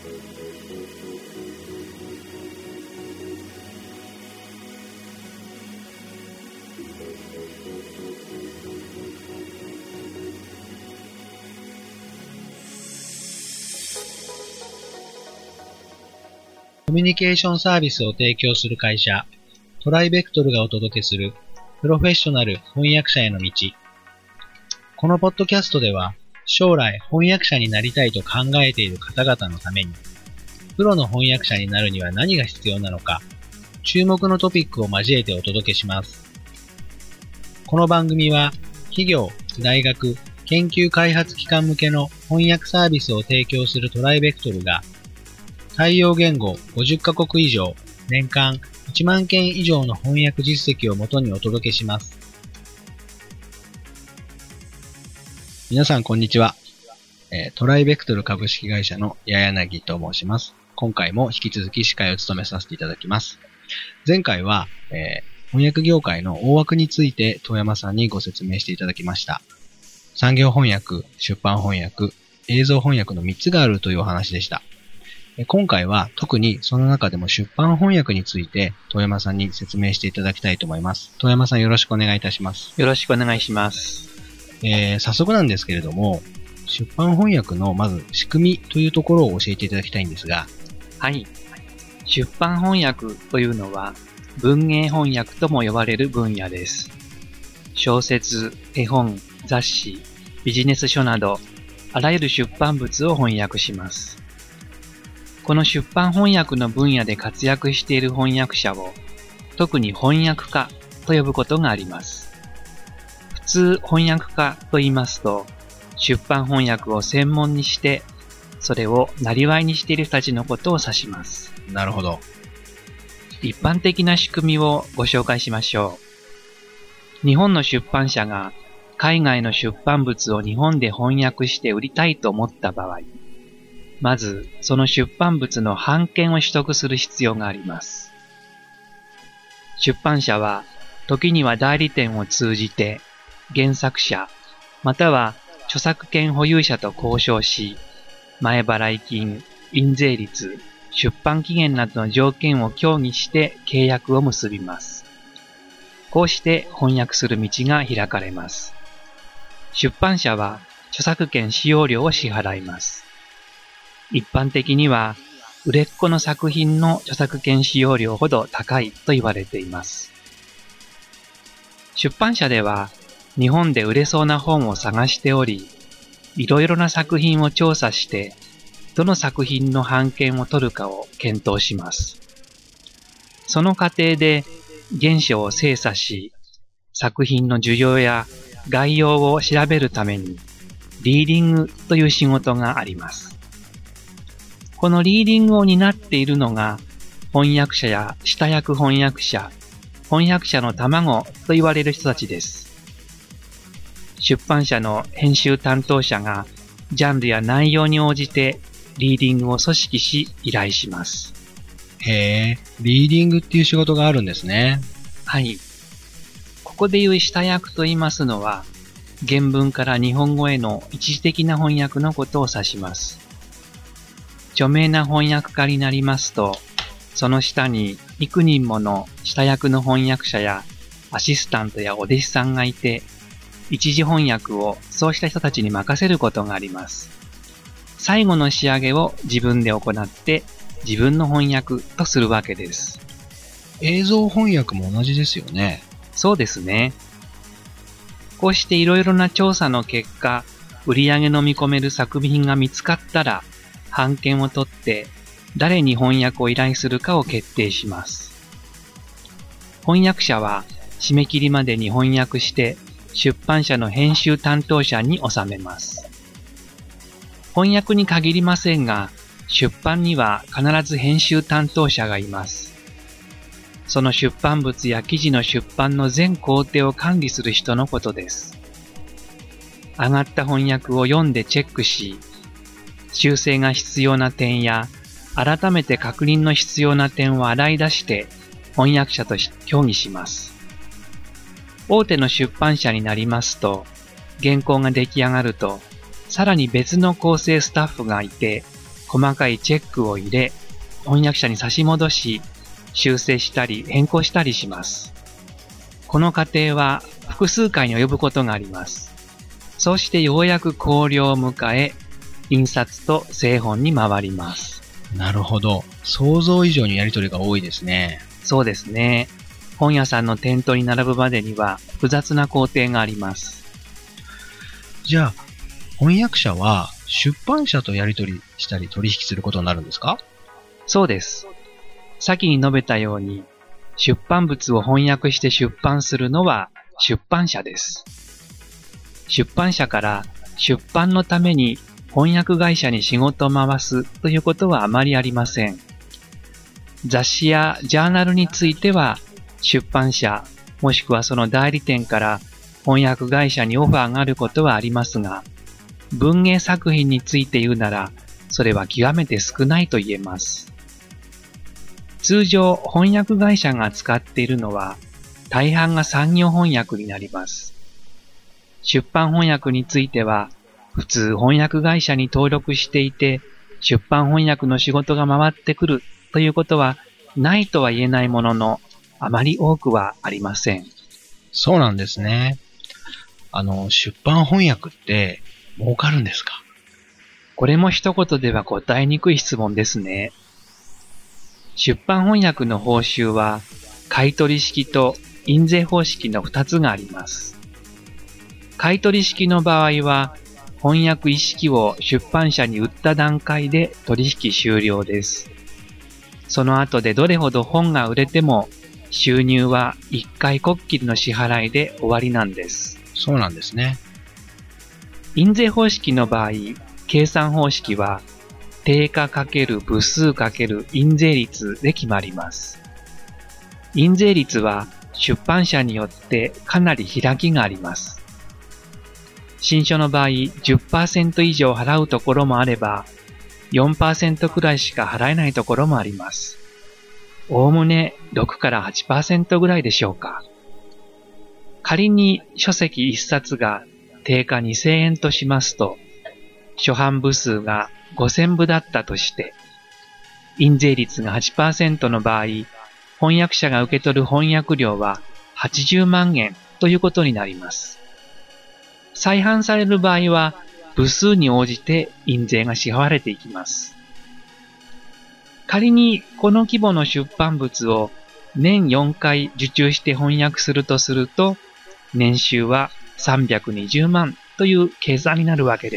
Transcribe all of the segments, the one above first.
コミュニケーションサービスを提供する会社、トライベクトルがお届けするプロフェッショナル翻訳者への道。このポッドキャストでは、将来翻訳者になりたいと考えている方々のために、プロの翻訳者になるには何が必要なのか、注目のトピックを交えてお届けします。この番組は、企業、大学、研究開発機関向けの翻訳サービスを提供するトライベクトルが、対応言語50カ国以上、年間1万件以上の翻訳実績をもとにお届けします。皆さんこんにちは。トライベクトル株式会社の八柳と申します。今回も引き続き司会を務めさせていただきます。前回は、翻訳業界の大枠について遠山さんにご説明していただきました。産業翻訳、出版翻訳、映像翻訳の3つがあるというお話でした。今回は特にその中でも出版翻訳について遠山さんに説明していただきたいと思います。遠山さんよろしくお願いいたします。 よろしくお願いします。 早速なんですけれども、出版翻訳のまず仕組みというところを教えていただきたいんですが。 はい。出版翻訳というのは文芸翻訳とも呼ばれる分野です。小説、絵本、雑誌、ビジネス書などあらゆる出版物を翻訳します。この出版翻訳の分野で活躍している翻訳者を特に翻訳家と呼ぶことがあります。普通翻訳家と言いますと、出版翻訳を専門にして、それを生業にしている人たちのことを指します。 なるほど。 一般的な仕組みをご紹介しましょう。日本の出版社が海外の出版物を日本で翻訳して売りたいと思った場合、まず、その出版物の版権を取得する必要があります。出版社は、時には代理店を通じて、原作者、または著作権保有者と交渉し、前払い金、印税率、出版期限などの条件を協議して契約を結びます。こうして翻訳する道が開かれます。出版社は著作権使用料を支払います。一般的には、売れっ子の作品の著作権使用料ほど高いと言われています。出版社では、日本で売れそうな本を探しており、いろいろな作品を調査して、どの作品の版権を取るかを検討します。その過程で原書を精査し、作品の需要や概要を調べるために、リーディングという仕事があります。このリーディングを担っているのが、翻訳者や下訳翻訳者、翻訳者の卵と言われる人たちです。出版社の編集担当者が、ジャンルや内容に応じて、リーディングを組織し依頼します。 へー、リーディングっていう仕事があるんですね。 はい。ここでいう下訳と言いますのは、原文から日本語への一時的な翻訳のことを指します。著名な翻訳家になりますと、その下に幾人もの下訳の翻訳者やアシスタントやお弟子さんがいて、一時翻訳をそうした人たちに任せることがあります。最後の仕上げを自分で行って自分の翻訳とするわけです。 映像翻訳も同じですよね。 そうですね。こうしていろいろな調査の結果、売り上げの見込める作品が見つかったら、版権を取って誰に翻訳を依頼するかを決定します。翻訳者は締め切りまでに翻訳して出版社の編集担当者に納めます。翻訳に限りませんが、出版には必ず編集担当者がいます。その出版物や記事の出版の全工程を管理する人のことです。上がった翻訳を読んでチェックし、修正が必要な点や、改めて確認の必要な点を洗い出して翻訳者と協議します。大手の出版社になりますと、原稿が出来上がると、さらに別の構成スタッフがいて、 細かいチェックを入れ、翻訳者に差し戻し、修正したり変更したりします。この過程は複数回に及ぶことがあります。そうしてようやく校了を迎え、印刷と製本に回ります。 なるほど。想像以上にやり取りが多いですね。 そうですね。本屋さんの店頭に並ぶまでには複雑な工程があります。 じゃあ、翻訳者は出版社とやり取りしたり取引することになるんですか？ そうです。先に述べたように、出版物を翻訳して出版するのは出版社です。出版社から出版のために翻訳会社に仕事を回すということはあまりありません。雑誌やジャーナルについては出版社もしくはその代理店から翻訳会社にオファーがあることはありますが、文芸作品について言うならそれは極めて少ないと言えます。通常翻訳会社が使っているのは大半が産業翻訳になります。出版翻訳については普通翻訳会社に登録していて出版翻訳の仕事が回ってくるということはないとは言えないもののあまり多くはありません。 そうなんですね。出版翻訳って儲かるんですか？ これも一言では答えにくい質問ですね。出版翻訳の報酬は買取式と印税方式の2つがあります。買取式の場合は翻訳一式を出版社に売った段階で取引終了です。その後でどれほど本が売れても収入は一回こっきりの支払いで終わりなんです。 そうなんですね。 印税方式の場合、計算方式は定価×部数×印税率で決まります。印税率は出版社によってかなり開きがあります。新書の場合 10% 以上払うところもあれば 4% くらいしか払えないところもあります。おおむね6から 8% ぐらいでしょうか。仮に書籍1冊が定価2000円としますと、初版部数が5000部だったとして、印税率が 8% の場合、翻訳者が受け取る翻訳料は80万円ということになります。再版される場合は、部数に応じて印税が支払われていきます。仮にこの規模の出版物を年4回受注して翻訳するとすると、年収は320万という計算になるわけです。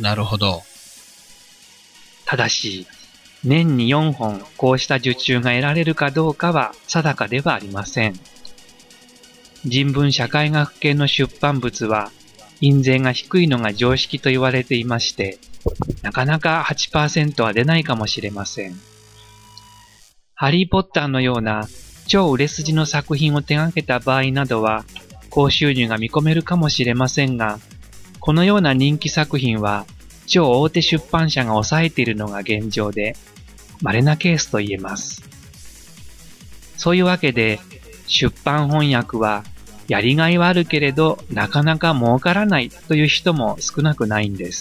なるほど。 ただし、年に4本こうした受注が得られるかどうかは定かではありません。人文社会学系の出版物は、印税が低いのが常識と言われていまして、なかなか 8% は出ないかもしれません。ハリー・ポッターのような超売れ筋の作品を手掛けた場合などは、高収入が見込めるかもしれませんが、このような人気作品は超大手出版社が抑えているのが現状で、稀なケースと言えます。そういうわけで、出版翻訳はやりがいはあるけれど、なかなか儲からないという人も少なくないんです。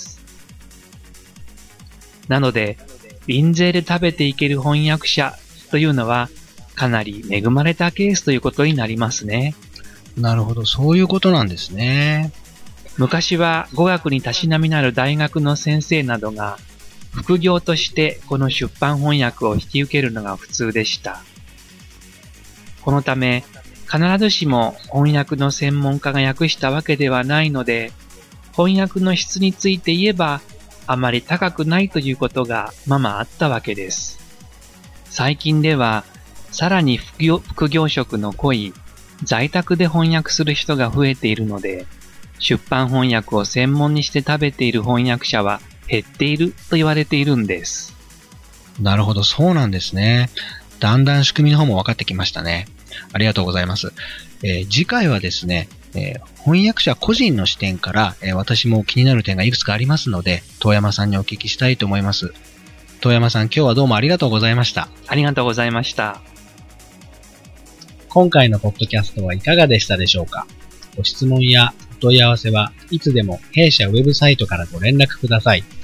なので、印税で食べていける翻訳者というのは、かなり恵まれたケースということになりますね。 なるほど、そういうことなんですね。 昔は語学にたしなみのある大学の先生などが、副業としてこの出版翻訳を引き受けるのが普通でした。このため、必ずしも翻訳の専門家が訳したわけではないので、翻訳の質について言えば、あまり高くないということがままあったわけです。最近では、さらに副業職の濃い在宅で翻訳する人が増えているので、出版翻訳を専門にして食べている翻訳者は減っていると言われているんです。 なるほど、そうなんですね。だんだん仕組みの方も分かってきましたね。ありがとうございます。次回はですね、翻訳者個人の視点から、私も気になる点がいくつかありますので、遠山さんにお聞きしたいと思います。遠山さん、今日はどうもありがとうございました。 ありがとうございました。 今回のポッドキャストはいかがでしたでしょうか？ご質問やお問い合わせはいつでも弊社ウェブサイトからご連絡ください。